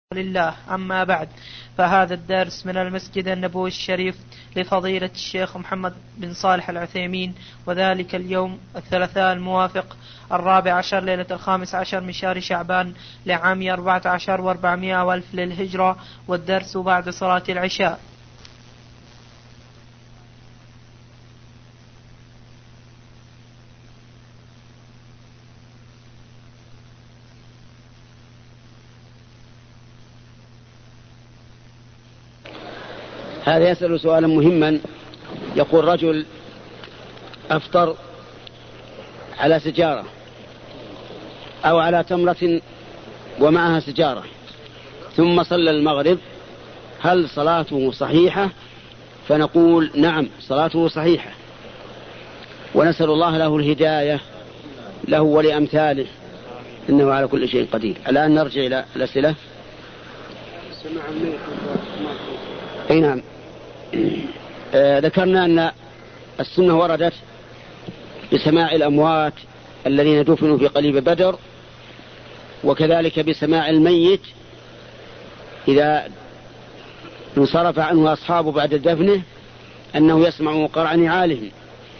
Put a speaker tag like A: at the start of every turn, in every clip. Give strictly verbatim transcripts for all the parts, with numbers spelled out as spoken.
A: لله. أما بعد، فهذا الدرس من المسجد النبوي الشريف لفضيلة الشيخ محمد بن صالح العثيمين، وذلك اليوم الثلاثاء الموافق الرابع عشر ليلة الخامس عشر من شهر شعبان لعام أربعة عشر وأربعمائة والف للهجرة، والدرس بعد صلاة العشاء.
B: هذا يسأل سؤالا مهما. يقول رجل أفطر على سجارة أو على تمرة ومعها سجارة ثم صلى المغرب، هل صلاته صحيحة؟ فنقول نعم، صلاته صحيحة، ونسأل الله له الهداية له ولأمثاله، إنه على كل شيء قدير. الآن نرجع إلى الأسئلة. أي نعم. آه ذكرنا أن السنة وردت بسماع الأموات الذين دفنوا في قليب بدر، وكذلك بسماع الميت إذا انصرف عنه أصحابه بعد دفنه أنه يسمع قرع نعالهم.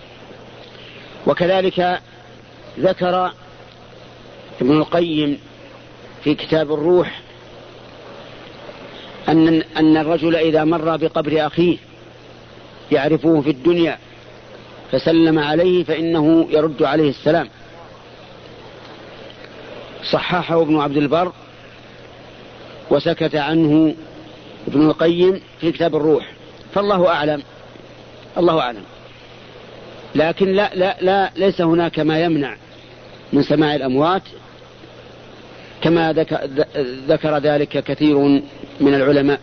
B: وكذلك ذكر ابن القيم في كتاب الروح أن أن الرجل إذا مر بقبر أخيه يعرفه في الدنيا فسلم عليه فإنه يرد عليه السلام. صححه ابن عبد البر وسكت عنه ابن القيم في كتاب الروح، فالله أعلم، الله أعلم. لكن لا لا لا ليس هناك ما يمنع من سماع الأموات كما ذكر ذلك كثير من العلماء.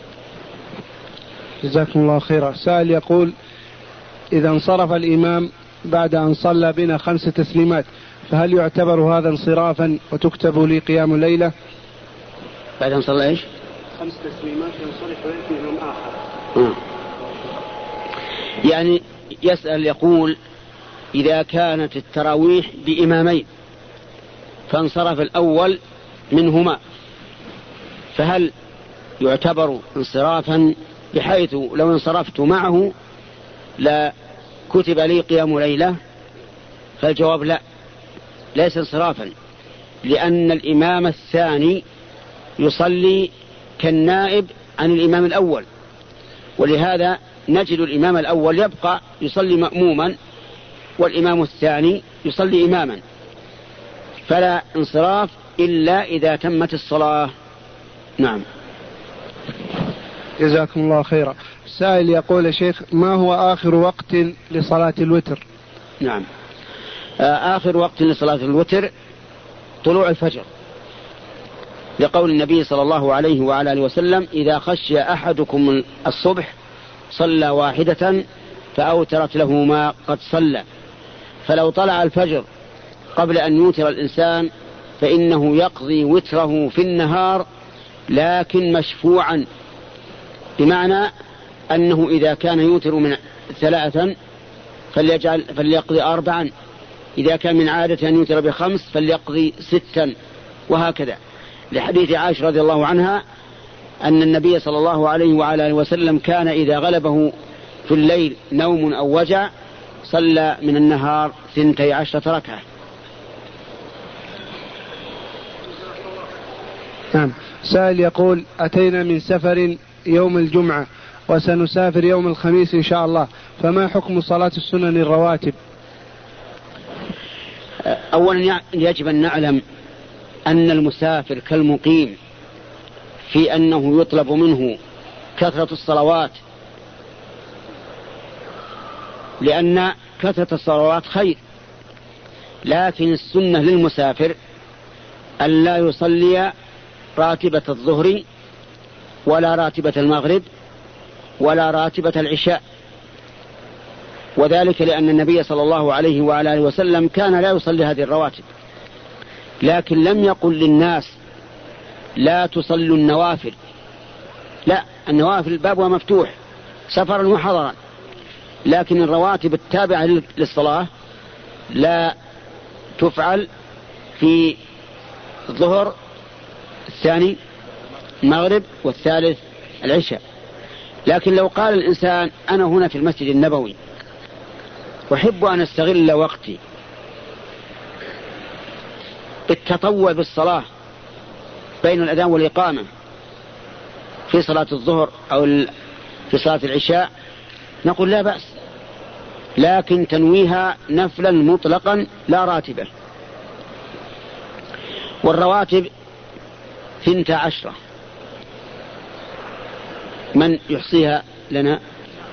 C: جزاكم الله خيرا. سائل يقول: إذا انصرف الإمام بعد أن صلى بنا خمس تسليمات، فهل يعتبر هذا انصرافا وتكتب لي قيام الليلة؟
B: بعد أن صلى إيش؟
C: خمس تسليمات ينصرف ويأتي إمام آخر.
B: آه. يعني يسأل يقول: إذا كانت التراويح بإمامين فانصرف الأول منهما، فهل يعتبر انصرافا بحيث لو انصرفت معه لا كتب لي قيام ليلة؟ فالجواب لا، ليس انصرافا، لأن الإمام الثاني يصلي كالنائب عن الإمام الأول، ولهذا نجد الإمام الأول يبقى يصلي مأموما والإمام الثاني يصلي إماما، فلا انصراف إلا إذا تمت الصلاة. نعم.
C: جزاكم الله خيرا. سائل يقول: يا شيخ، ما هو آخر وقت لصلاة الوتر؟
B: نعم، آخر وقت لصلاة الوتر طلوع الفجر، لقول النبي صلى الله عليه وعلى آله وسلم: إذا خشي أحدكم الصبح صلى واحدة فأوترت له ما قد صلى. فلو طلع الفجر قبل أن يوتر الإنسان فإنه يقضي وتره في النهار، لكن مشفوعا، بمعنى أنه إذا كان يوتر من ثلاثا فليجعل فليقضي أربعا، إذا كان من عادة أن يوتر بخمس فليقضي ستا، وهكذا، لحديث عائشة رضي الله عنها أن النبي صلى الله عليه وعلى آله وسلم كان إذا غلبه في الليل نوم أو وجع صلى من النهار ثنتي عشرة ركعة.
C: نعم. سائل يقول: أتينا من سفر يوم الجمعة وسنسافر يوم الخميس إن شاء الله، فما حكم صلاة السنن الرواتب؟
B: أولا يجب أن نعلم أن المسافر كالمقيم في أنه يطلب منه كثرة الصلوات، لأن كثرة الصلوات خير، لكن السنة للمسافر أن لا يصلي راتبة الظهر ولا راتبة المغرب ولا راتبة العشاء، وذلك لأن النبي صلى الله عليه وعلى آله وسلم كان لا يصلي هذه الرواتب، لكن لم يقل للناس لا تصلوا النوافل، لا، النوافل بابها مفتوح سفرا وحضرا، لكن الرواتب التابعة للصلاة لا تفعل في الظهر الثاني المغرب والثالث العشاء. لكن لو قال الإنسان أنا هنا في المسجد النبوي أحب أن أستغل وقتي بالتطوع بالصلاة بين الأذان والإقامة في صلاة الظهر أو في صلاة العشاء، نقول لا بأس، لكن تنويها نفلا مطلقا لا راتبة. والرواتب ثنتا عشرة، من يحصيها لنا؟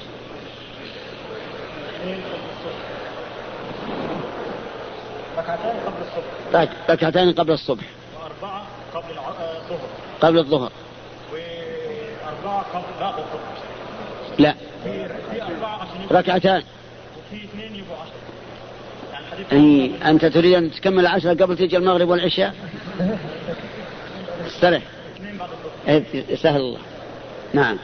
B: ركعتين قبل الصبح،
D: وأربعة قبل الظهر
B: قبل الظهر
D: وأربعة قبل بعد الظهر.
B: لا،
D: في أربعة
B: ركعتان
D: وفي اثنين يبقوا عشرة.
B: يعني أنت تريد أن تكمل العشرة قبل تيجي المغرب والعشاء؟ استرح، سهل الله. نعم.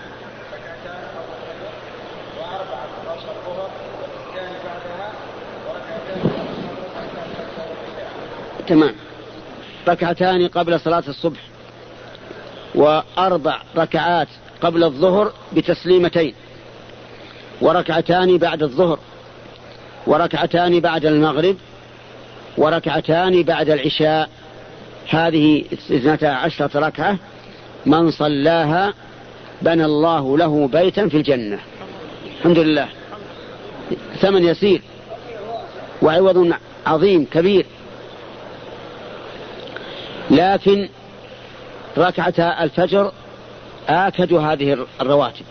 B: تمام. ركعتان قبل صلاة الصبح، وأربع ركعات قبل الظهر بتسليمتين، وركعتان بعد الظهر، وركعتان بعد المغرب، وركعتان بعد العشاء. هذه اثنتا عشرة ركعة، من صلاها بنى الله له بيتا في الجنة. الحمد لله، ثمن يسير وعوض عظيم كبير. لكن ركعة الفجر آكد هذه الرواتب،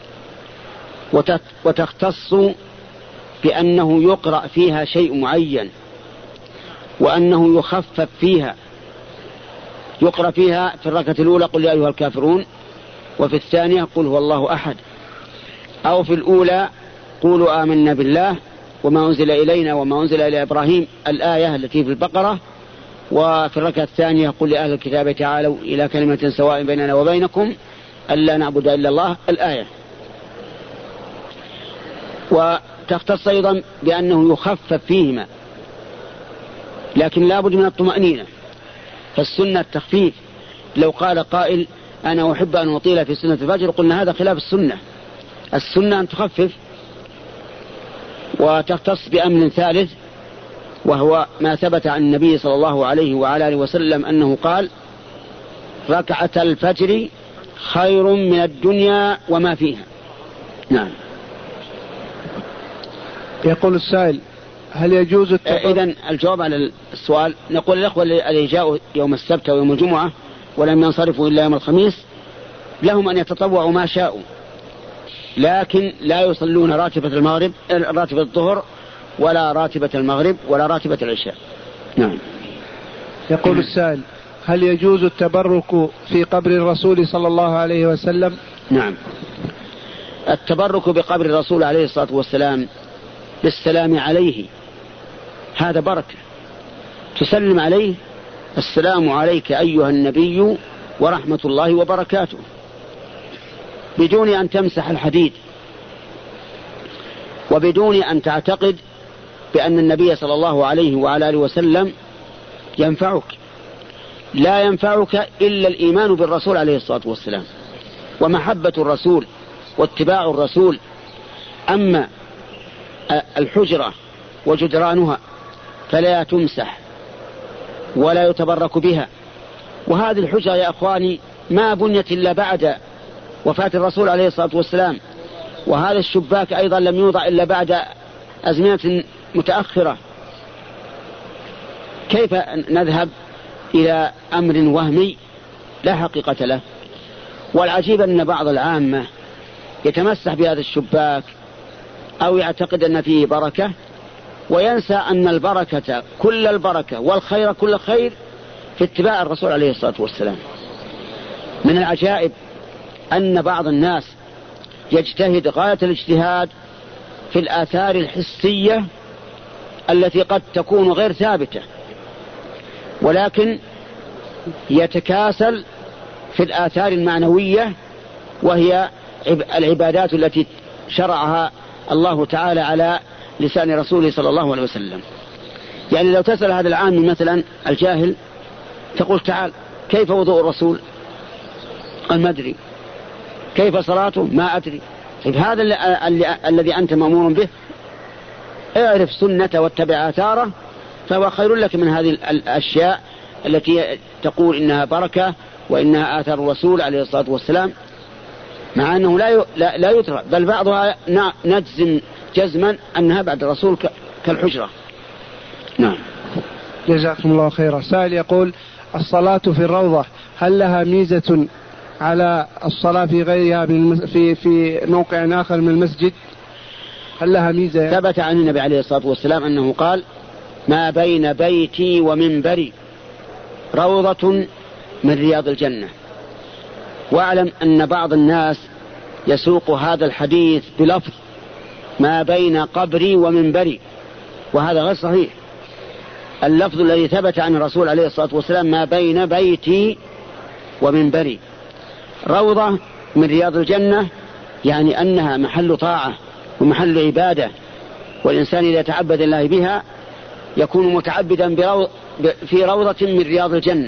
B: وتختص بأنه يقرأ فيها شيء معين، وأنه يخفف فيها. يقرأ فيها في الركعة الأولى قل يا أيها الكافرون، وفي الثانية قل هو الله أحد، أو في الأولى قولوا آمنا بالله وما أنزل إلينا وما أنزل إلى إبراهيم، الآية التي في البقرة. وفي الركعة الثانية قل لأهل الكتاب تعالوا إلى كلمة سواء بيننا وبينكم ألا نعبد إلا الله، الآية. وتختص أيضا بأنه يخفف فيهما، لكن لا بد من الطمأنينة، فالسنة التخفيف. لو قال قائل أنا أحب أن أطيل في سنة الفجر، قلنا هذا خلاف السنة، السنة أن تخفف. وتختص بأمر ثالث، وهو ما ثبت عن النبي صلى الله عليه وعلى آله وسلم أنه قال ركعة الفجر خير من الدنيا وما فيها. نعم.
C: يقول السائل هل يجوز التطوع؟
B: إذن الجواب على السؤال، نقول الأخوة الذين جاءوا يوم السبت ويوم الجمعة ولم ينصرفوا إلا يوم الخميس لهم أن يتطوعوا ما شاءوا، لكن لا يصلون راتبة المغرب راتبة الظهر ولا راتبة المغرب ولا راتبة العشاء. نعم.
C: يقول السائل هل يجوز التبرك في قبر الرسول صلى الله عليه وسلم؟
B: نعم. التبرك بقبر الرسول عليه الصلاة والسلام بالسلام عليه هذا بركة، تسلم عليه السلام عليك أيها النبي ورحمة الله وبركاته، بدون أن تمسح الحديد، وبدون أن تعتقد بأن النبي صلى الله عليه وعلى آله وسلم ينفعك. لا ينفعك إلا الإيمان بالرسول عليه الصلاة والسلام ومحبة الرسول واتباع الرسول. أما الحجرة وجدرانها فلا تمسح ولا يتبرك بها. وهذه الحجرة يا أخواني ما بنيت إلا بعد وفاة الرسول عليه الصلاة والسلام، وهذا الشباك أيضا لم يوضع إلا بعد أزمنة متأخرة. كيف نذهب إلى أمر وهمي لا حقيقة له؟ والعجيب أن بعض العامة يتمسح بهذا الشباك أو يعتقد أن فيه بركة، وينسى أن البركة كل البركة والخير كل خير في اتباع الرسول عليه الصلاة والسلام. من العجائب أن بعض الناس يجتهد غاية الاجتهاد في الآثار الحسية التي قد تكون غير ثابتة، ولكن يتكاسل في الآثار المعنوية وهي العبادات التي شرعها الله تعالى على لسان رسوله صلى الله عليه وسلم. يعني لو تسأل هذا العام مثلا الجاهل تقول تعال كيف وضوء الرسول؟ قال ما أدري. كيف صلاته؟ ما أدري. طيب هذا الذي أنت مأمور به اعرف سنته واتبع آثاره، فهو خير لك من هذه الأشياء التي تقول إنها بركة وإنها آثار الرسول عليه الصلاة والسلام، مع أنه لا لا يترك، بل بعضها نجزم جزما أنها بعد الرسول كالحجرة. نعم.
C: جزاكم الله خيرا. سائل يقول: الصلاة في الروضة هل لها ميزة على الصلاة في غيرها في في موقع آخر من المسجد؟ هل لها ميزة؟
B: ثبت عن النبي عليه الصلاة والسلام أنه قال: ما بين بيتي ومنبري روضة من رياض الجنة. واعلم أن بعض الناس يسوق هذا الحديث بلفظ ما بين قبري ومنبري، وهذا غير صحيح. اللفظ الذي ثبت عن الرسول عليه الصلاة والسلام ما بين بيتي ومنبري. روضة من رياض الجنة يعني أنها محل طاعة ومحل عبادة، والإنسان إذا تعبد الله بها يكون متعبدا في روضة من رياض الجنة.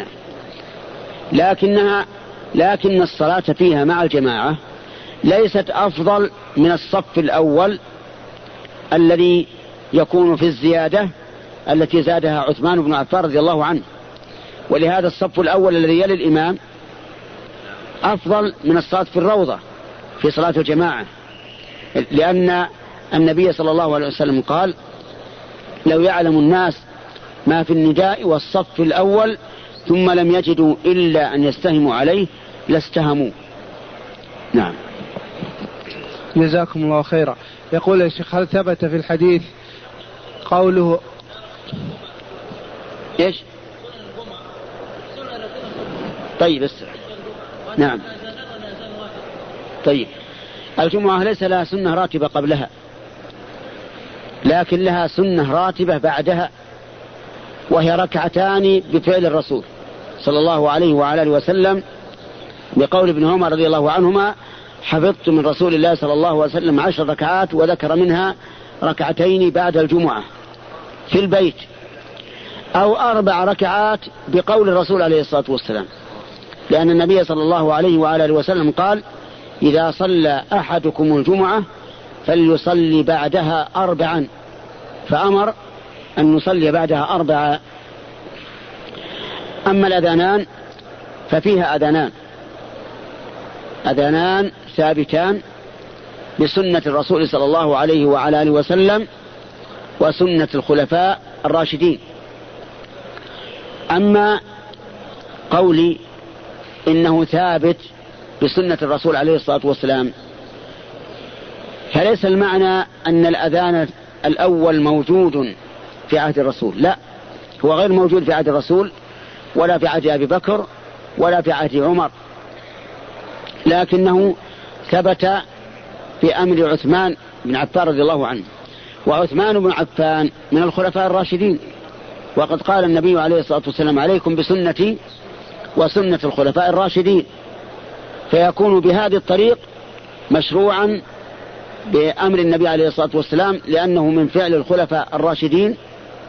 B: لكنها لكن الصلاة فيها مع الجماعة ليست أفضل من الصف الأول الذي يكون في الزيادة التي زادها عثمان بن عفان رضي الله عنه. ولهذا الصف الأول الذي يلي الإمام أفضل من الصلاة في الروضة في صلاة الجماعة، لأن النبي صلى الله عليه وسلم قال: لو يعلم الناس ما في النداء والصف الأول ثم لم يجدوا إلا أن يستهموا عليه لاستهموا. نعم.
C: جزاكم الله خيرا. يقول يا شيخ: هل ثبت في الحديث قوله
B: إيش؟ طيب اسرع. نعم. طيب الجمعة ليس لها سنة راتبة قبلها، لكن لها سنة راتبة بعدها، وهي ركعتان بفعل الرسول صلى الله عليه وعلى آله وسلم، بقول ابن عمر رضي الله عنهما: حفظت من رسول الله صلى الله عليه وسلم عشر ركعات، وذكر منها ركعتين بعد الجمعة في البيت، أو أربع ركعات بقول الرسول عليه الصلاة والسلام، لأن النبي صلى الله عليه وعلى آله وسلم قال: إذا صلى أحدكم الجمعة فليصلي بعدها أربعا، فأمر أن نصلي بعدها أربعة. أما الأذانان ففيها أذانان أذانان ثابتان بسنة الرسول صلى الله عليه وعلى آله وسلم وسنة الخلفاء الراشدين. أما قولي إنه ثابت بسنة الرسول عليه الصلاة والسلام فليس المعنى أن الأذان الأول موجود في عهد الرسول، لا، هو غير موجود في عهد الرسول ولا في عهد أبي بكر ولا في عهد عمر، لكنه ثبت في أمر عثمان بن عفان رضي الله عنه. وعثمان بن عفان من الخلفاء الراشدين، وقد قال النبي عليه الصلاة والسلام: عليكم بسنتي وسنة الخلفاء الراشدين. فيكون بهذه الطريق مشروعا بأمر النبي عليه الصلاة والسلام، لأنه من فعل الخلفاء الراشدين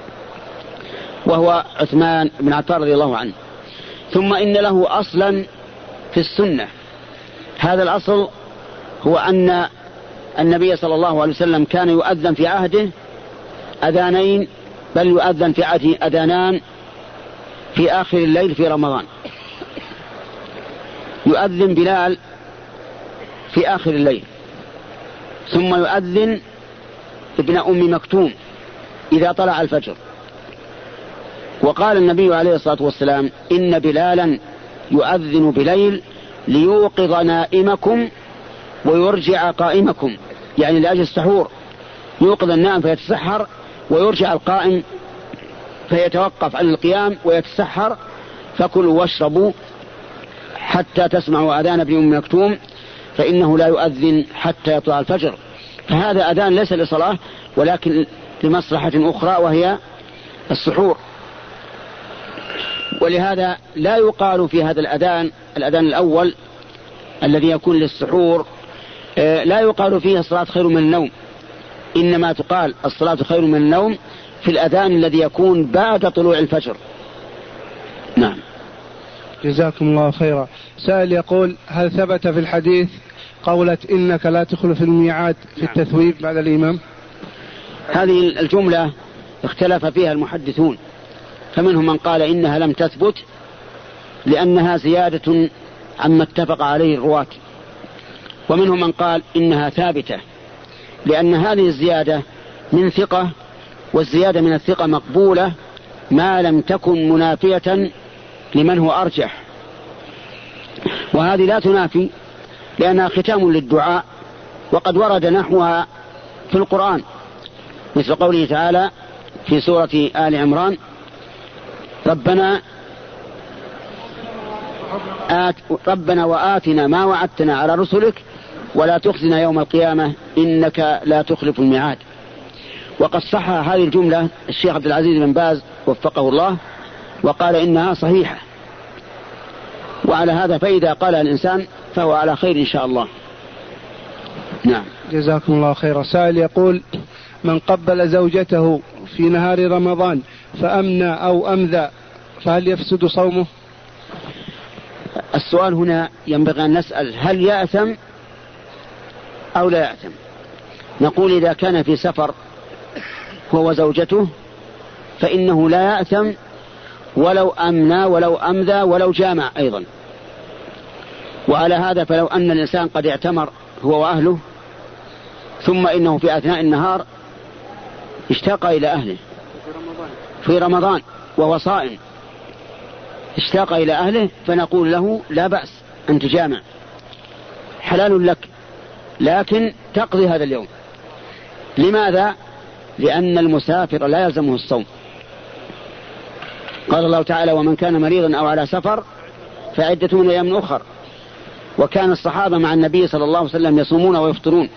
B: وهو عثمان بن عفان رضي الله عنه. ثم إن له أصلا في السنة، هذا الأصل هو أن النبي صلى الله عليه وسلم كان يؤذن في عهده أذانين، بل يؤذن في عهده أذانان في آخر الليل في رمضان. يؤذن بلال في آخر الليل، ثم يؤذن ابن أم مكتوم إذا طلع الفجر. وقال النبي عليه الصلاة والسلام: إن بلالا يؤذن بليل ليوقظ نائمكم ويرجع قائمكم، يعني لأجل السحور، يوقظ النائم فيتسحر ويرجع القائم فيتوقف عن القيام ويتسحر. فكلوا واشربوا حتى تسمعوا أذان ابن أم مكتوم فإنه لا يؤذن حتى يطلع الفجر. فهذا أذان ليس لصلاة ولكن لمصلحة أخرى وهي السحور. ولهذا لا يقال في هذا الأذان الأذان الأول الذي يكون للسحور لا يقال فيه الصلاة خير من النوم، إنما تقال الصلاة خير من النوم في الأذان الذي يكون بعد طلوع الفجر. نعم.
C: جزاكم الله خيرا. سائل يقول: هل ثبت في الحديث قولة إنك لا تخلف الميعاد في التثويب بعد الإمام؟
B: هذه الجملة اختلف فيها المحدثون، فمنهم من قال إنها لم تثبت لأنها زيادة عما اتفق عليه الرواة، ومنهم من قال إنها ثابتة لأن هذه الزيادة من ثقة، والزيادة من الثقة مقبولة ما لم تكن منافية لمن هو أرجح، وهذه لا تنافي لأنها ختام للدعاء، وقد ورد نحوها في القرآن مثل قوله تعالى في سورة آل عمران: ربنا آت ربنا وآتنا ما وعدتنا على رسلك ولا تخزنا يوم القيامة إنك لا تخلف الميعاد. وقد صح هذه الجملة الشيخ عبد العزيز بن باز وفقه الله وقال إنها صحيحة، وعلى هذا فإذا قال الإنسان فهو على خير إن شاء الله. نعم.
C: جزاكم الله خيرا. سائل يقول: من قبل زوجته في نهار رمضان فأمنى أو أمذى فهل يفسد صومه؟
B: السؤال هنا ينبغي أن نسأل: هل يأثم أو لا يأثم؟ نقول إذا كان في سفر هو وزوجته فإنه لا يأثم ولو أمنى ولو أمذى ولو جامع أيضا. وعلى هذا فلو أن الإنسان قد اعتمر هو وأهله ثم إنه في أثناء النهار اشتاق إلى أهله في رمضان وهو صائم، اشتاق إلى أهله، فنقول له لا بأس أن تجامع، حلال لك، لكن تقضي هذا اليوم. لماذا؟ لأن المسافر لا يلزمه الصوم. قال الله تعالى: ومن كان مريضا أو على سفر فعدة من أيام أخر. وكان الصحابة مع النبي صلى الله عليه وسلم يصومون ويفطرون،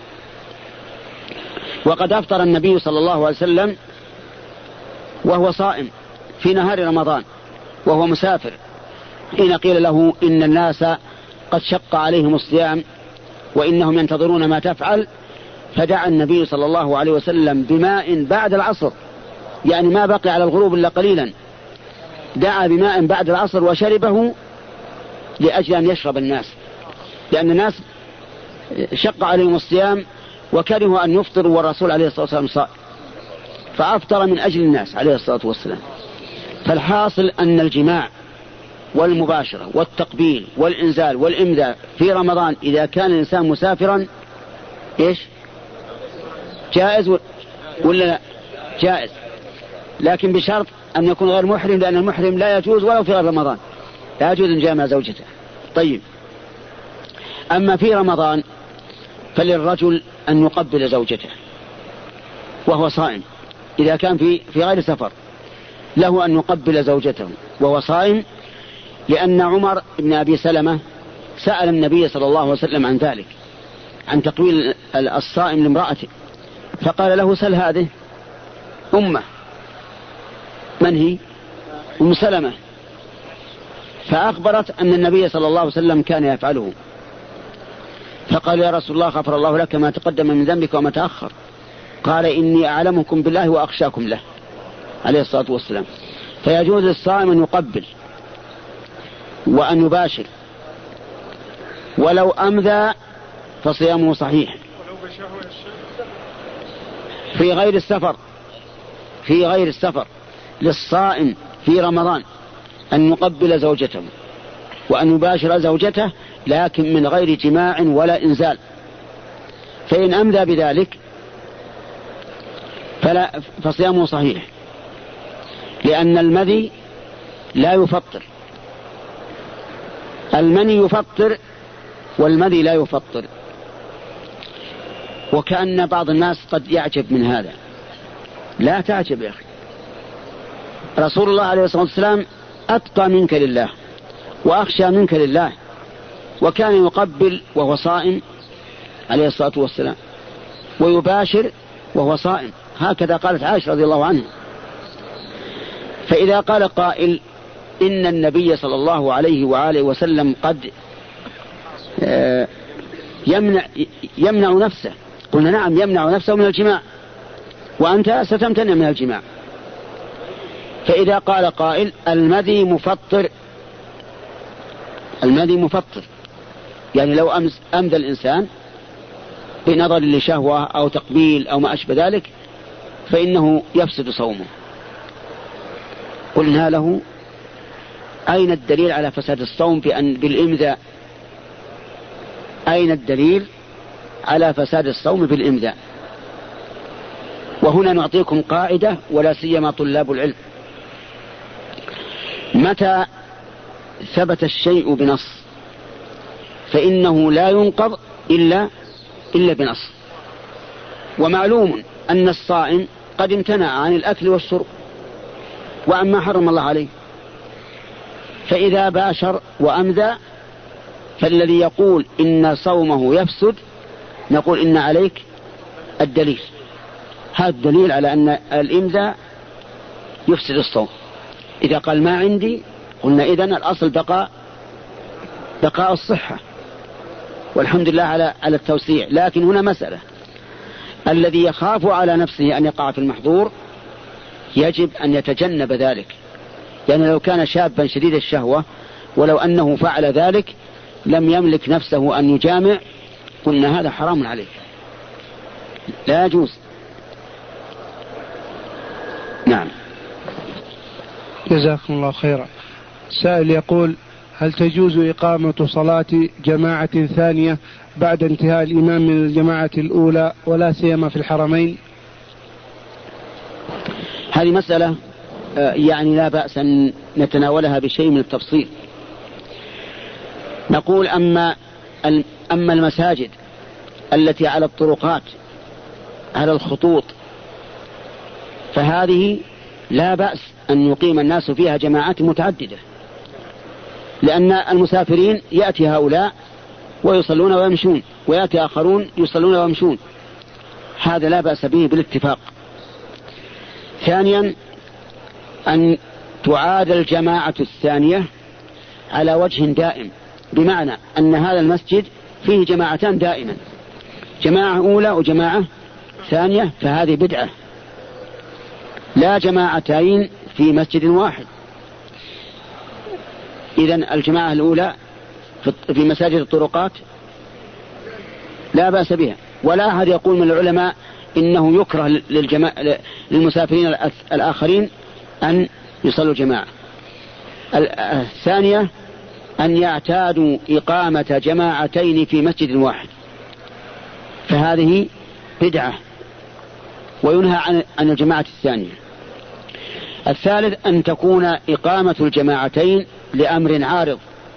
B: وقد أفطر النبي صلى الله عليه وسلم وهو صائم في نهار رمضان وهو مسافر، حين قيل له إن الناس قد شق عليهم الصيام وإنهم ينتظرون ما تفعل، فدعا النبي صلى الله عليه وسلم بماء بعد العصر، يعني ما بقي على الغروب إلا قليلا، دعا بماء بعد العصر وشربه لأجل أن يشرب الناس، لأن الناس شق عليهم الصيام وكرهوا أن يفطروا والرسول عليه الصلاة والسلام صائم، فأفطر من أجل الناس عليه الصلاة والسلام. فالحاصل أن الجماع والمباشرة والتقبيل والإنزال والإمذاء في رمضان إذا كان الإنسان مسافرا إيش جائز ولا لا؟ جائز، لكن بشرط أن يكون غير محرم، لأن المحرم لا يجوز ولو في غير رمضان، لا يجوز أن جامع زوجته. طيب، أما في رمضان فللرجل أن يقبل زوجته وهو صائم، إذا كان في في غير سفر له أن يقبل زوجته وهو صائم، لأن عمر بن أبي سلمة سأل النبي صلى الله عليه وسلم عن ذلك، عن تقبيل الصائم لامرأته، فقال له: سل هذه أمه. من هي؟ أم سلمة. فأخبرت أن النبي صلى الله عليه وسلم كان يفعله، فقال: يا رسول الله غفر الله لك ما تقدم من ذنبك وما تأخر. قال: إني أعلمكم بالله وأخشاكم له عليه الصلاة والسلام. فيجوز للصائم أن يقبل وأن يباشر، ولو أمذى فصيامه صحيح. في غير السفر في غير السفر للصائم في رمضان أن يقبل زوجته وأن يباشر زوجته، لكن من غير جماع ولا إنزال. فإن أمذى بذلك فلا فصيامه صحيح، لأن المذي لا يفطر، المني يفطر والمذي لا يفطر. وكأن بعض الناس قد يعجب من هذا. لا تعجب يا أخي، رسول الله عليه الصلاة والسلام أتقى منك لله وأخشى منك لله، وكان يقبل وهو صائم عليه الصلاة والسلام ويباشر وهو صائم، هكذا قالت عائشة رضي الله عنها. فإذا قال قائل إن النبي صلى الله عليه وآله وسلم قد يمنع, يمنع نفسه، قلنا نعم يمنع نفسه من الجماع، وأنت ستمتنع من الجماع. فإذا قال قائل المذي مفطر المني مفطر، يعني لو أمدى الإنسان بنظر لشهوة أو تقبيل أو ما أشبه ذلك فإنه يفسد صومه. قلنا له أين الدليل على فساد الصوم بأن بالإمذاء؟ أين الدليل على فساد الصوم بالإمذاء؟ وهنا نعطيكم قاعدة ولا سيما طلاب العلم: متى ثبت الشيء بنص فإنه لا ينقض إلا إلا بنص. ومعلوم أن الصائم قد امتنع عن الأكل والشرب وعما حرم الله عليه، فإذا باشر وأمذى فالذي يقول إن صومه يفسد نقول إن عليك الدليل. هذا الدليل على أن الإمذاء يفسد الصوم. إذا قال ما عندي قلنا إذن الأصل بقاء بقاء الصحة، والحمد لله على على التوسيع. لكن هنا مسألة: الذي يخاف على نفسه أن يقع في المحظور يجب أن يتجنب ذلك. يعني لو كان شابا شديد الشهوة ولو أنه فعل ذلك لم يملك نفسه أن يجامع قلنا هذا حرام عليه، لا يجوز. نعم.
C: جزاكم الله خيرا. سائل يقول: هل تجوز إقامة صلاة جماعة ثانية بعد انتهاء الإمام من الجماعة الأولى ولا سيما في الحرمين؟
B: هذه مسألة يعني لا بأس أن نتناولها بشيء من التفصيل. نقول أما أما المساجد التي على الطرقات على الخطوط فهذه لا بأس أن يقيم الناس فيها جماعات متعددة، لأن المسافرين يأتي هؤلاء ويصلون ويمشون ويأتي آخرون يصلون ويمشون، هذا لا بأس به بالاتفاق. ثانيا أن تعاد الجماعة الثانية على وجه دائم، بمعنى أن هذا المسجد فيه جماعتان دائما، جماعة أولى وجماعة ثانية، فهذه بدعة. لا جماعتين في مسجد واحد. إذن الجماعة الأولى في مساجد الطرقات لا بأس بها، ولا أحد يقول من العلماء إنه يكره للجماعة للمسافرين الآخرين أن يصلوا جماعة. الثانية أن يعتادوا إقامة جماعتين في مسجد واحد، فهذه بدعة وينهى عن عن الجماعة الثانية. الثالث أن تكون إقامة الجماعتين لأمر عارض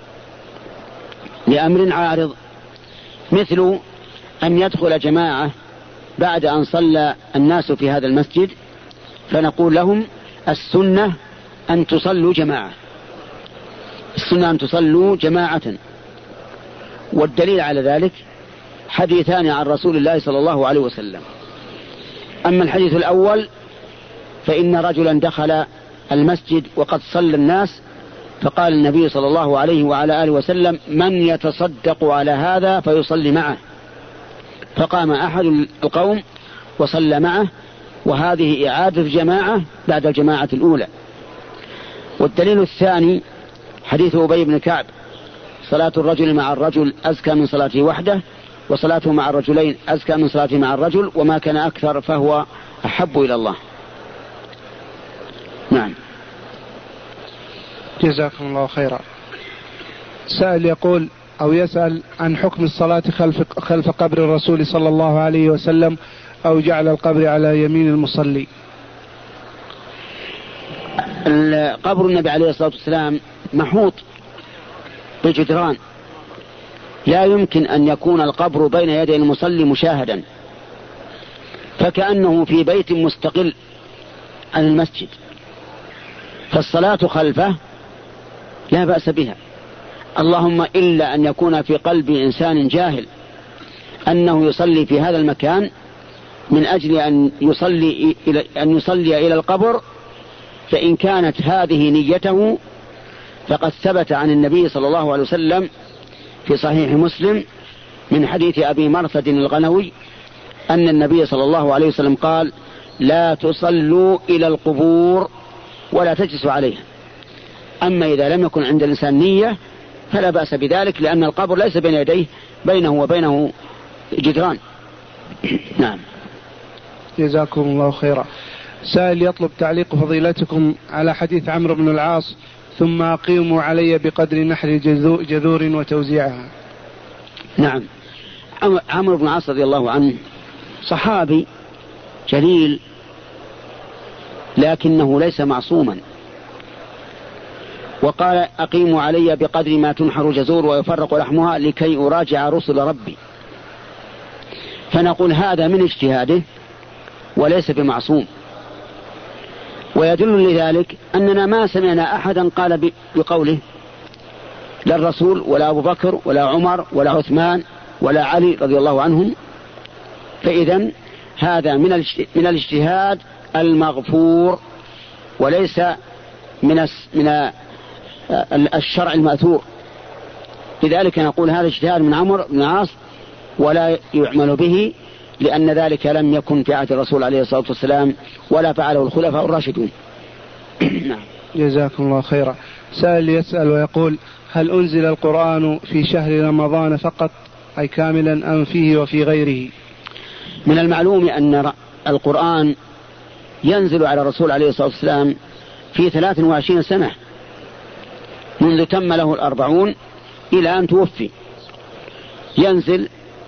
B: لأمر عارض مثل أن يدخل جماعة بعد أن صلى الناس في هذا المسجد فنقول لهم السنة أن تصلوا جماعة السنة أن تصلوا جماعة والدليل على ذلك حديثان عن رسول الله صلى الله عليه وسلم. أما الحديث الأول فإن رجلا دخل المسجد وقد صلى الناس فقال النبي صلى الله عليه وعلى آله وسلم: من يتصدق على هذا فيصلي معه؟ فقام أحد القوم وصلى معه، وهذه إعادة جماعة بعد الجماعة الأولى. والدليل الثاني حديث أبي بن كعب: صلاة الرجل مع الرجل أزكى من صلاته وحده، وصلاته مع الرجلين أزكى من صلاته مع الرجل، وما كان أكثر فهو أحب إلى الله. نعم.
C: جزاكم الله خيرا. سائل يقول أو يسأل عن حكم الصلاة خلف, خلف قبر الرسول صلى الله عليه وسلم أو جعل القبر على يمين المصلي.
B: قبر النبي عليه الصلاة والسلام محوط بجدران، لا يمكن أن يكون القبر بين يدي المصلي مشاهدا، فكأنه في بيت مستقل عن المسجد، فالصلاة خلفه لا بأس بها، اللهم إلا أن يكون في قلب إنسان جاهل أنه يصلي في هذا المكان من أجل أن يصلي إلى أن يصلي إلى القبر، فإن كانت هذه نيته فقد ثبت عن النبي صلى الله عليه وسلم في صحيح مسلم من حديث أبي مرثد الغنوي أن النبي صلى الله عليه وسلم قال: لا تصلوا إلى القبور ولا تجلسوا عليها. أما إذا لم يكن عند الإنسان نية فلا بأس بذلك، لأن القبر ليس بين يديه، بينه وبينه جدران. نعم.
C: جزاكم الله خيرا. سائل يطلب تعليق فضيلتكم على حديث عمرو بن العاص: ثم أقيموا علي بقدر نحر جذور وتوزيعها.
B: نعم. عمرو بن العاص رضي الله عنه صحابي جليل، لكنه ليس معصوما، وقال: أقيموا علي بقدر ما تنحر جزور ويفرق لحمها لكي أراجع رسل ربي. فنقول هذا من اجتهاده وليس بمعصوم. ويدل لذلك أننا ما سمعنا أحدا قال بقوله، لا الرسول ولا أبو بكر ولا عمر ولا عثمان ولا علي رضي الله عنهم. فإذن هذا من الاجتهاد المغفور، وليس من من الشرع المأثور. لذلك نقول هذا اجتهاد من عمرو بن العاص ولا يعمل به، لأن ذلك لم يكن في عهد الرسول عليه الصلاة والسلام ولا فعله الخلفاء الراشدون. نعم.
C: جزاكم الله خيرا. سائل يسأل ويقول: هل أنزل القرآن في شهر رمضان فقط، أي كاملا، أم فيه وفي غيره؟
B: من المعلوم أن القرآن ينزل على الرسول عليه الصلاة والسلام في ثلاث وعشرين سنة، منذ تم له الأربعون إلى أن توفي. ينزل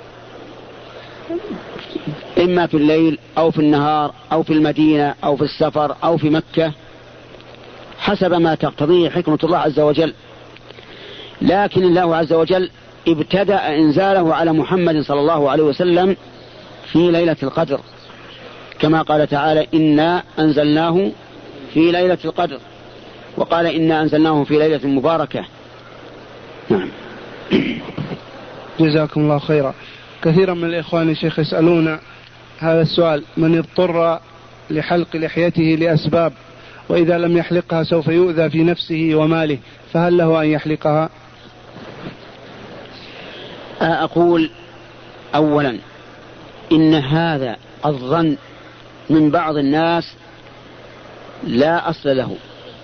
B: إما في الليل أو في النهار أو في المدينة أو في السفر أو في مكة، حسب ما تقتضيه حكمة الله عز وجل. لكن الله عز وجل ابتدأ إنزاله على محمد صلى الله عليه وسلم في ليلة القدر، كما قال تعالى: إنا أنزلناه في ليلة القدر، وقال: إنا أنزلناه في ليلة مباركة. نعم.
C: جزاكم الله خيرا. كثيرا من الإخوان الشيخ يسألون هذا السؤال: من اضطر لحلق لحيته لأسباب، وإذا لم يحلقها سوف يؤذى في نفسه وماله، فهل له أن يحلقها؟
B: أقول أولا إن هذا الظن من بعض الناس لا أصل له.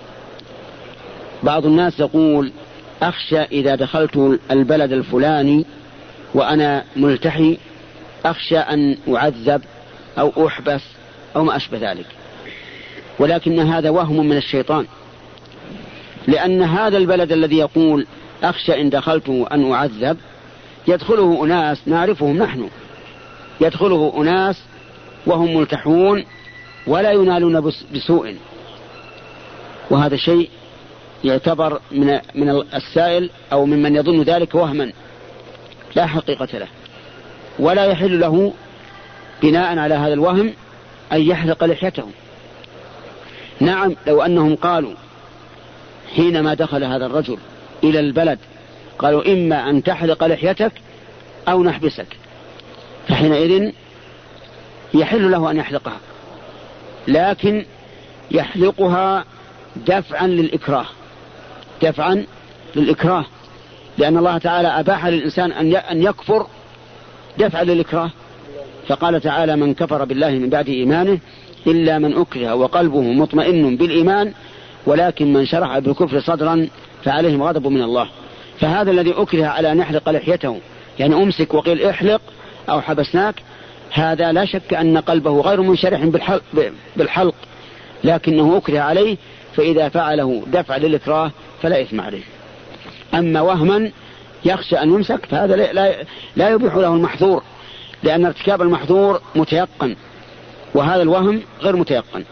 B: بعض الناس يقول: أخشى إذا دخلت البلد الفلاني وأنا ملتحي أخشى أن أعذب أو أحبس أو ما أشبه ذلك. ولكن هذا وهم من الشيطان، لأن هذا البلد الذي يقول أخشى إن دخلت أن أعذب يدخله أناس نعرفهم نحن، يدخله أناس وهم ملتحون ولا ينالون بسوء، وهذا شيء يعتبر من من السائل أو ممن يظن ذلك وهما لا حقيقة له، ولا يحل له بناء على هذا الوهم أن يحلق لحيته. نعم، لو أنهم قالوا حينما دخل هذا الرجل إلى البلد قالوا: إما أن تحلق لحيتك أو نحبسك، فحينئذ يحل له أن يحلقها، لكن يحلقها دفعا للإكراه، دفعا للإكراه، لأن الله تعالى أباح للإنسان أن يكفر دفعا للإكراه. فقال تعالى: من كفر بالله من بعد إيمانه إلا من أكره وقلبه مطمئن بالإيمان ولكن من شرح بالكفر صدرا فعليهم غضب من الله. فهذا الذي أكره على أن يحلق لحيته، يعني أمسك وقيل احلق أو حبسناك، هذا لا شك أن قلبه غير منشرح بالحلق، لكنه أكره عليه، فإذا فعله دفع للإكراه فلا إثم عليه. أما وهما يخشى أن يمسك فهذا لا, لا يبيح له المحظور، لأن ارتكاب المحظور متيقن، وهذا الوهم غير متيقن.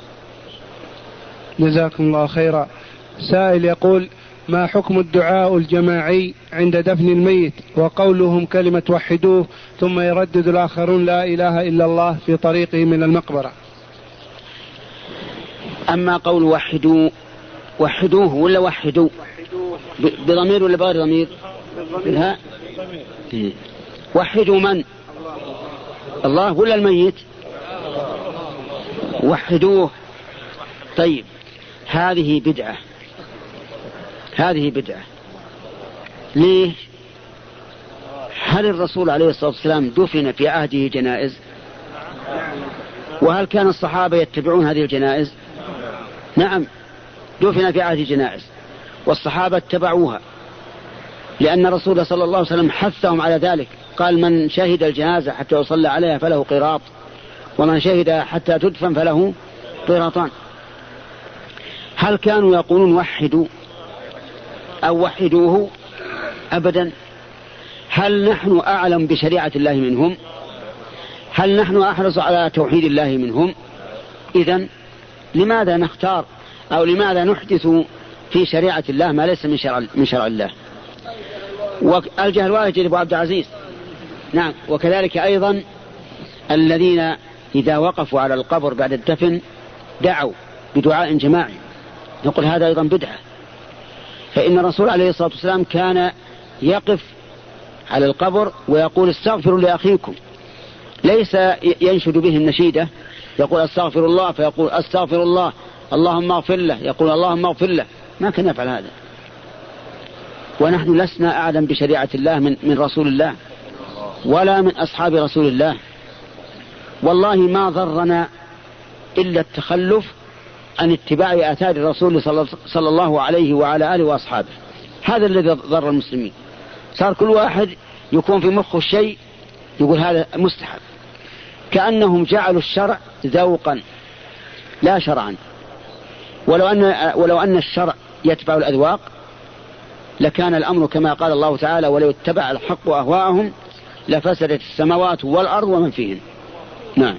C: جزاكم الله خيرا. سائل يقول: ما حكم الدعاء الجماعي عند دفن الميت وقولهم كلمة وحدوه ثم يردد الآخرون لا إله إلا الله في طريقه من المقبرة؟
B: أما قول وحدوه وحدوه ولا وحدوا بضمير ولا بغير ضمير؟ ها؟ وحدوا من؟ الله ولا الميت؟ وحدوه. طيب، هذه بدعة، هذه بدعة. ليه؟ هل الرسول عليه الصلاة والسلام دفن في عهده جنائز؟ وهل كان الصحابة يتبعون هذه الجنائز؟ نعم، دفن في عهد جنائز والصحابة اتبعوها. لأن الرسول صلى الله عليه وسلم حثهم على ذلك، قال من شهد الجنازة حتى يصلى عليها فله قيراط، ومن شهد حتى تدفن فله قيراطان. هل كانوا يقولون وحدوا أو وحدوه؟ أبدا. هل نحن أعلم بشريعة الله منهم؟ هل نحن أحرص على توحيد الله منهم؟ إذن لماذا نختار أو لماذا نحدث في شريعة الله ما ليس من شرع, من شرع الله؟ والجهل واجب أبو عبد العزيز. نعم. وكذلك أيضا الذين إذا وقفوا على القبر بعد الدفن دعوا بدعاء جماعي، نقول هذا أيضا بدعة، فإن الرسول عليه الصلاة والسلام كان يقف على القبر ويقول استغفروا لأخيكم، ليس ينشد بهم نشيدة يقول استغفر الله فيقول استغفر الله اللهم اغفر له يقول اللهم اغفر له، ما كان يفعل هذا. ونحن لسنا أعلم بشريعة الله من, من رسول الله ولا من أصحاب رسول الله. والله ما ضرنا إلا التخلف عن اتباع آثار الرسول صلى الله عليه وعلى آله وأصحابه، هذا الذي ضر المسلمين. صار كل واحد يكون في مخه الشيء يقول هذا مستحب، كأنهم جعلوا الشرع ذوقا لا شرعا. ولو أن, ولو أن الشرع يتبع الأذواق لكان الأمر كما قال الله تعالى ولو اتبع الحق أهواءهم لفسدت السماوات والأرض ومن فيهن. نعم.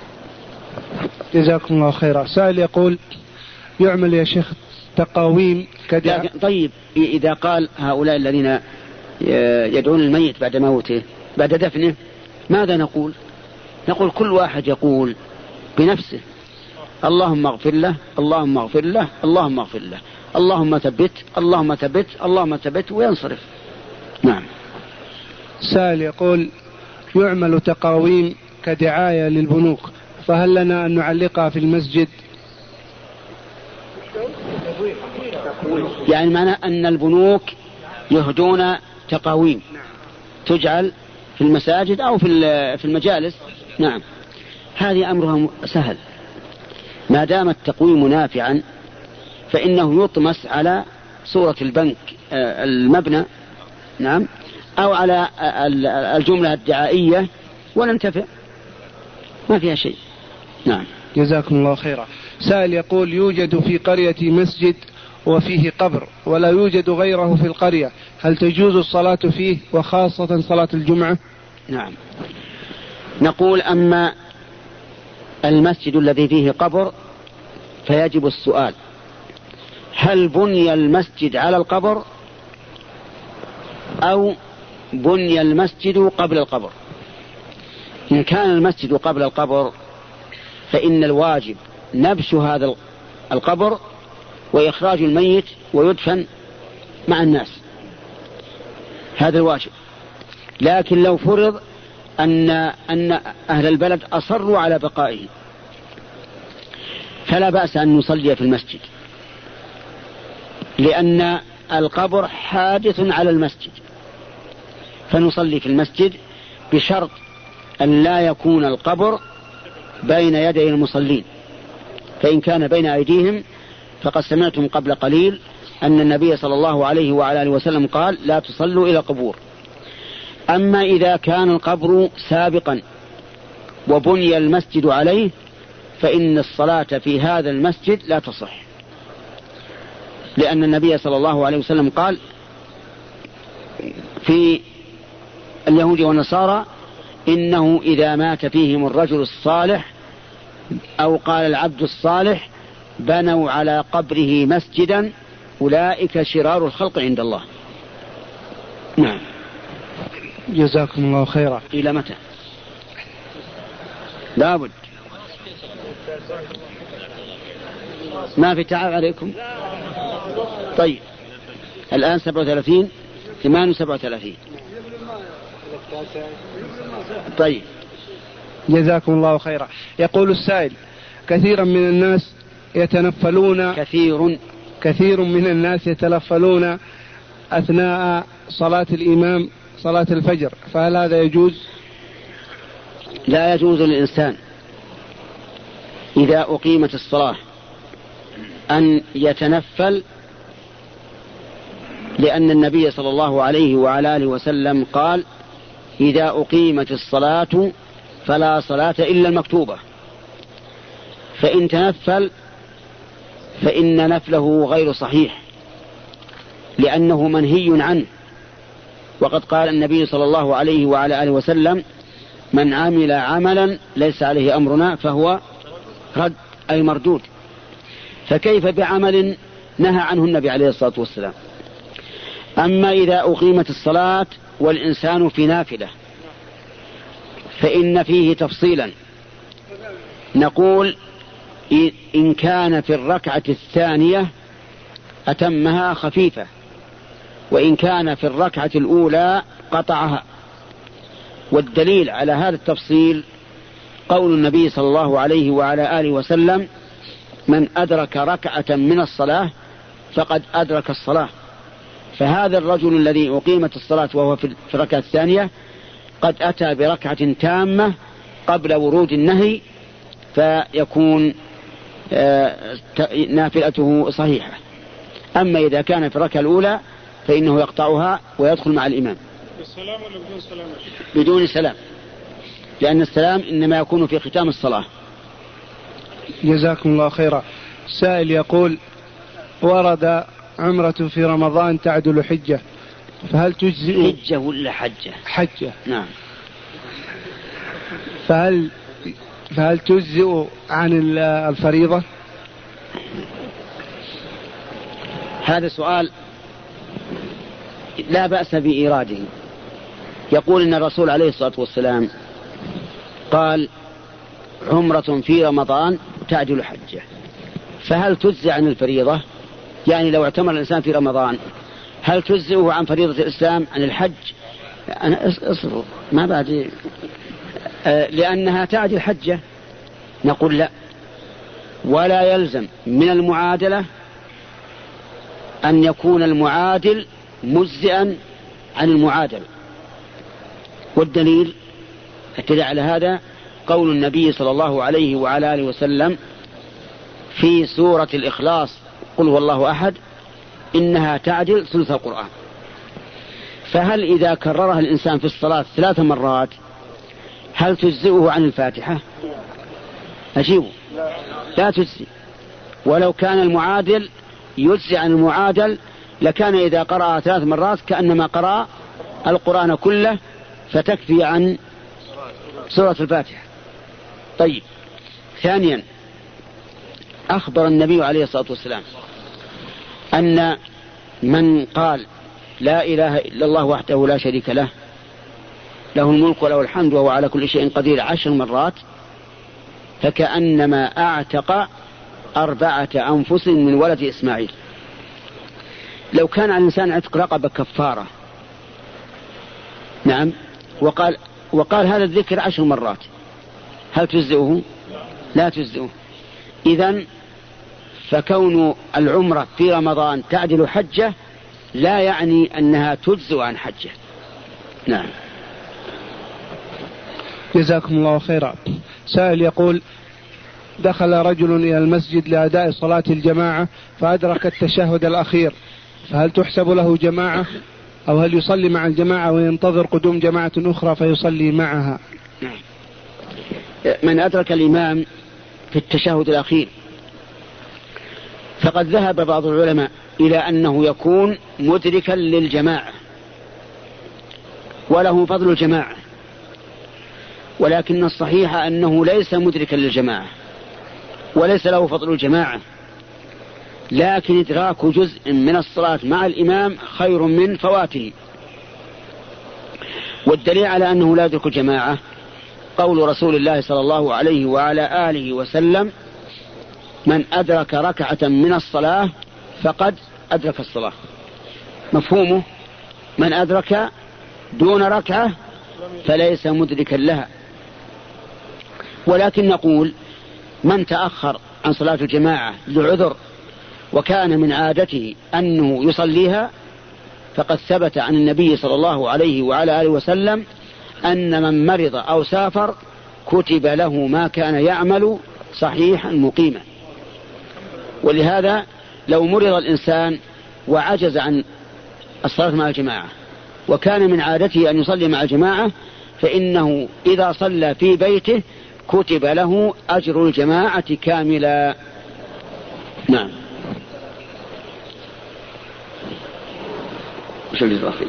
C: جزاكم الله خيرا. سائل يقول يعمل يا شيخ تقاويم كدعاء.
B: طيب إذا قال هؤلاء الذين يدعون الميت بعد موته بعد دفنه ماذا نقول؟ نقول كل واحد يقول بنفسه اللهم اغفر له اللهم اغفر له اللهم اغفر له اللهم ثبت اللهم ثبت اللهم ثبت وينصرف. نعم.
C: سائل يقول يعمل تقاويم كدعاية للبنوك، فهل لنا أن نعلقها في المسجد؟
B: يعني معنى أن البنوك يهدون تقاويم تجعل في المساجد أو في المجالس. نعم. هذه أمرها سهل، ما دام التقويم نافعا فإنه يطمس على صورة البنك المبنى، نعم، أو على الجملة الدعائية وننتفع، ما فيها شيء. نعم.
C: جزاكم الله خيرا. سائل يقول يوجد في قرية مسجد وفيه قبر ولا يوجد غيره في القرية، هل تجوز الصلاة فيه وخاصة صلاة الجمعة؟
B: نعم. نقول أما المسجد الذي فيه قبر فيجب السؤال هل بني المسجد على القبر أو بني المسجد قبل القبر؟ إن كان المسجد قبل القبر فإن الواجب نبش هذا القبر وإخراج الميت ويدفن مع الناس، هذا الواجب. لكن لو فرض أن, أن أهل البلد أصروا على بقائه فلا بأس أن نصلي في المسجد، لأن القبر حادث على المسجد، فنصلي في المسجد بشرط أن لا يكون القبر بين يدي المصلين، فإن كان بين أيديهم فقد سمعتم قبل قليل أن النبي صلى الله عليه وعلى آله وسلم قال لا تصلوا إلى القبور. أما إذا كان القبر سابقا وبني المسجد عليه فإن الصلاة في هذا المسجد لا تصح، لأن النبي صلى الله عليه وسلم قال في اليهود والنصارى إنه إذا مات فيهم الرجل الصالح أو قال العبد الصالح بنوا على قبره مسجدا أولئك شرار الخلق عند الله. نعم.
C: جزاكم الله خيرا.
B: إلى متى؟ لابد ما في تعب عليكم. طيب الآن سبعة وثلاثين ثمان سبعة وثلاثين. طيب
C: جزاكم الله خيرا. يقول السائل كثيرا من الناس يتنفلون
B: كثير
C: كثير من الناس يتنفلون أثناء صلاة الإمام صلاة الفجر، فهل هذا يجوز؟
B: لا يجوز للإنسان إذا أقيمت الصلاة أن يتنفل لأن النبي صلى الله عليه وعلى آله وسلم قال إذا أقيمت الصلاة فلا صلاة إلا المكتوبة، فإن تنفل فإن نفله غير صحيح لأنه منهي عنه، وقد قال النبي صلى الله عليه وعلى آله وسلم من عمل عملا ليس عليه أمرنا فهو رد أي مردود. فكيف بعمل نهى عنه النبي عليه الصلاة والسلام؟ أما إذا أقيمت الصلاة والإنسان في نافلة فإن فيه تفصيلا، نقول إن كان في الركعة الثانية أتمها خفيفة، وإن كان في الركعة الأولى قطعها. والدليل على هذا التفصيل قول النبي صلى الله عليه وعلى آله وسلم من أدرك ركعة من الصلاة فقد أدرك الصلاة. فهذا الرجل الذي أقيمت الصلاة وهو في الركعة الثانية قد أتى بركعة تامة قبل ورود النهي، فيكون نافلته صحيحة. أما إذا كان في الركعة الأولى فإنه يقطعها ويدخل مع الإمام.
C: بالسلام ولا بدون سلام؟
B: بدون سلام، لأن السلام إنما يكون في ختام الصلاة.
C: جزاكم الله خيرا. سائل يقول ورد عمرة في رمضان تعدل حجة، فهل تجزئ؟
B: حجة ولا حجة؟
C: حجة.
B: نعم.
C: فهل فهل تجزئ عن الفريضة؟
B: هذا سؤال لا بأس بإيراده. يقول إن الرسول عليه الصلاة والسلام قال عمرة في رمضان تعدل حجة، فهل تجزئ عن الفريضة؟ يعني لو اعتمر الإنسان في رمضان هل تجزئه عن فريضة الإسلام عن الحج؟ أنا أصبر ما بعد آه لأنها تعدل حجة. نقول لا، ولا يلزم من المعادلة أن يكون المعادل مجزئا عن المعادل. والدليل الدليل على هذا قول النبي صلى الله عليه وعلى آله وسلم في سورة الإخلاص قل هو الله أحد إنها تعدل ثلث القرآن. فهل إذا كررها الإنسان في الصلاة ثلاث مرات هل تجزئه عن الفاتحة؟ أجيبه لا تجزئ. ولو كان المعادل يجزئ عن المعادل لكان إذا قرأ ثلاث مرات كأنما قرأ القرآن كله فتكفي عن سورة الفاتحة. طيب، ثانيا أخبر النبي عليه الصلاة والسلام أن من قال لا إله إلا الله وحده لا شريك له له الملك وله الحمد وهو على كل شيء قدير عشر مرات فكأنما أعتق أربعة أنفس من ولد إسماعيل. لو كان على الإنسان عتق رقبة كفارة نعم وقال وقال هذا الذكر عشر مرات هل تجزئه؟ لا تجزئه. إذن فكون العمرة في رمضان تعدل حجة لا يعني أنها تجزئ عن حجة. نعم.
C: جزاكم الله خيرا. سائل يقول دخل رجل إلى المسجد لأداء صلاة الجماعة فأدرك التشهد الأخير، فهل تحسب له جماعة أو هل يصلي مع الجماعة وينتظر قدوم جماعة أخرى فيصلي معها؟
B: من أدرك الإمام في التشهد الأخير فقد ذهب بعض العلماء إلى أنه يكون مدركا للجماعة وله فضل الجماعة، ولكن الصحيح أنه ليس مدركا للجماعة وليس له فضل الجماعة، لكن إدراك جزء من الصلاة مع الإمام خير من فواته. والدليل على أنه لا يدرك الجماعة قول رسول الله صلى الله عليه وعلى آله وسلم من أدرك ركعة من الصلاة فقد أدرك الصلاة. مفهومه من أدرك دون ركعة فليس مدركا لها. ولكن نقول من تأخر عن صلاة الجماعة لعذر وكان من عادته أنه يصليها فقد ثبت عن النبي صلى الله عليه وعلى آله وسلم أن من مرض أو سافر كتب له ما كان يعمل صحيحا مقيما. ولهذا لو مرض الإنسان وعجز عن الصلاة مع الجماعة، وكان من عادته أن يصلي مع الجماعة، فإنه إذا صلى في بيته كتب له أجر الجماعة كاملا. نعم. وش الجزء الأخير؟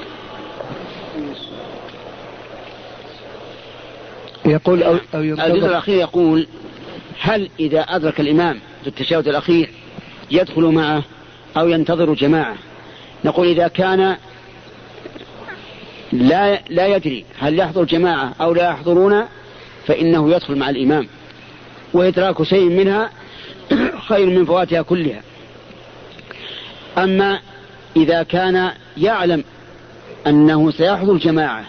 C: يقول أو أو
B: الجزء الأخير يقول: هل إذا أدرك الإمام في التشهد الأخير يدخل معه أو ينتظر جماعة؟ نقول: إذا كان لا لا يدري هل يحضر جماعة أو لا يحضرون فإنه يدخل مع الإمام، وإدراك شيء منها خير من فواتها كلها. أما إذا كان يعلم أنه سيحضر جماعة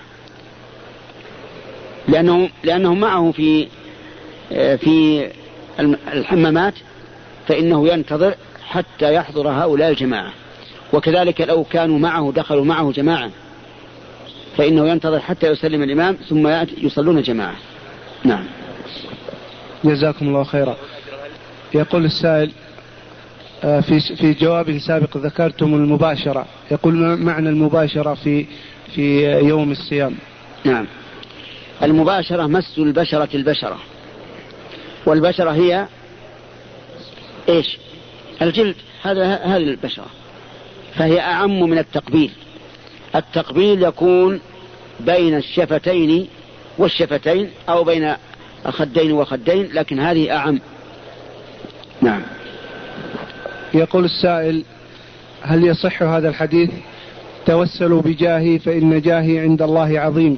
B: لأنه لأنه معه في في الحمامات، فإنه ينتظر حتى يحضر هؤلاء الجماعة. وكذلك لو كانوا معه دخلوا معه جماعة فإنه ينتظر حتى يسلم الإمام ثم يصلون جماعة. نعم.
C: جزاكم الله خيرا. يقول السائل: في في جواب سابق ذكرتم المباشرة، يقول: ما معنى المباشرة في في يوم الصيام؟
B: نعم. المباشرة مس البشرة البشرة، والبشرة هي إيش؟ الجلد، هذا هذه البشرة، فهي أعم من التقبيل. التقبيل يكون بين الشفتين والشفتين أو بين الخدين وخدين، لكن هذه أعم. نعم.
C: يقول السائل: هل يصح هذا الحديث: توسلوا بجاهي فإن جاهي عند الله عظيم،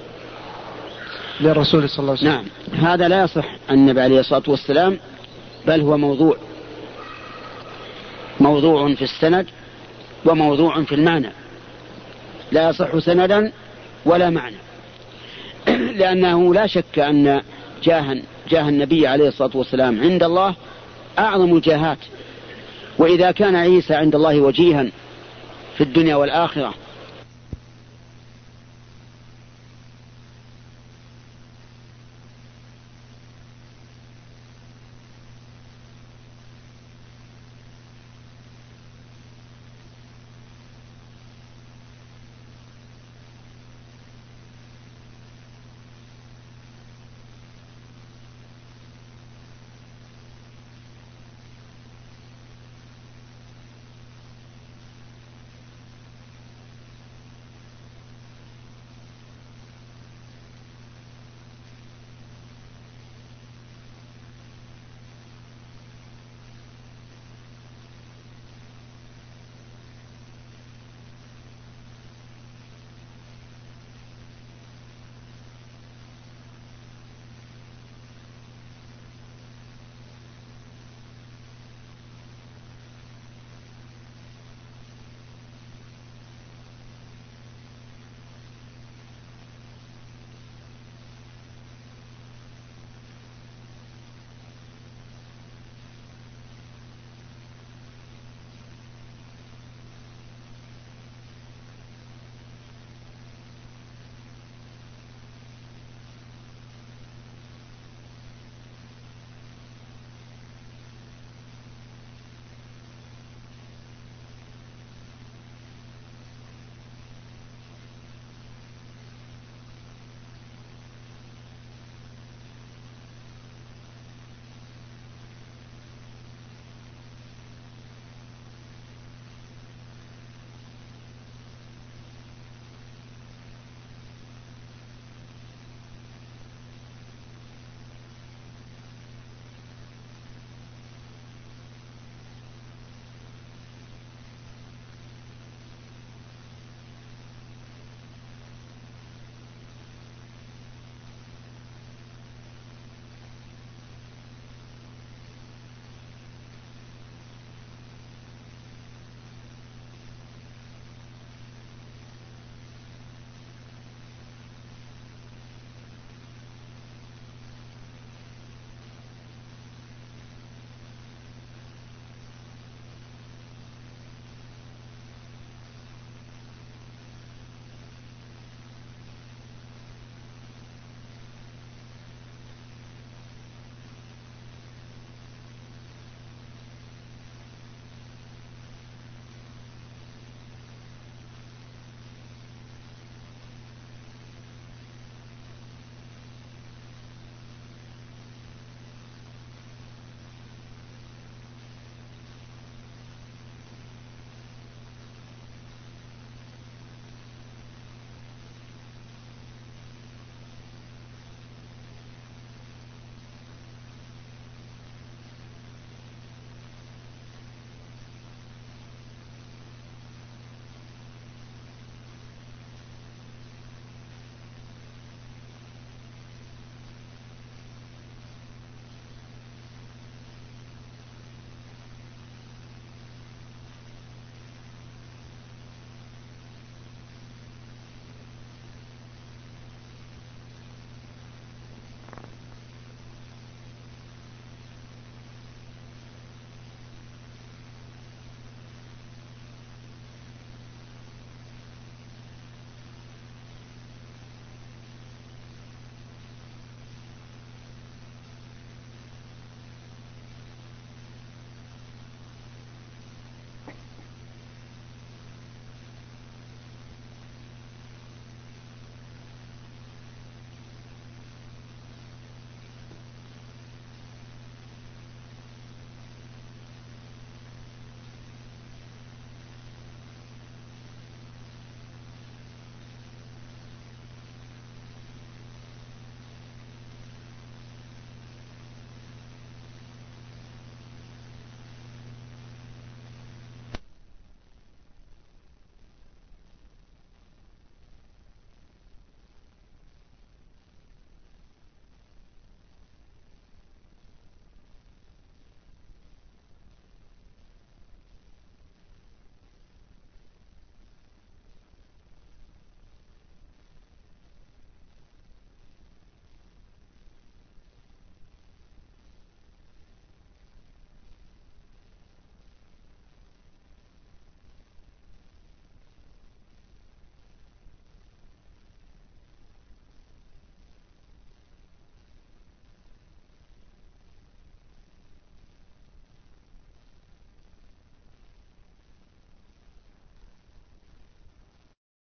C: للرسول صلى الله عليه وسلم؟
B: نعم، هذا لا يصح عن النبي عليه الصلاة والسلام، بل هو موضوع موضوع في السند وموضوع في المعنى، لا يصح سندا ولا معنى، لأنه لا شك أن جاه جاه النبي عليه الصلاة والسلام عند الله أعظم الجاهات. وإذا كان عيسى عند الله وجيها في الدنيا والآخرة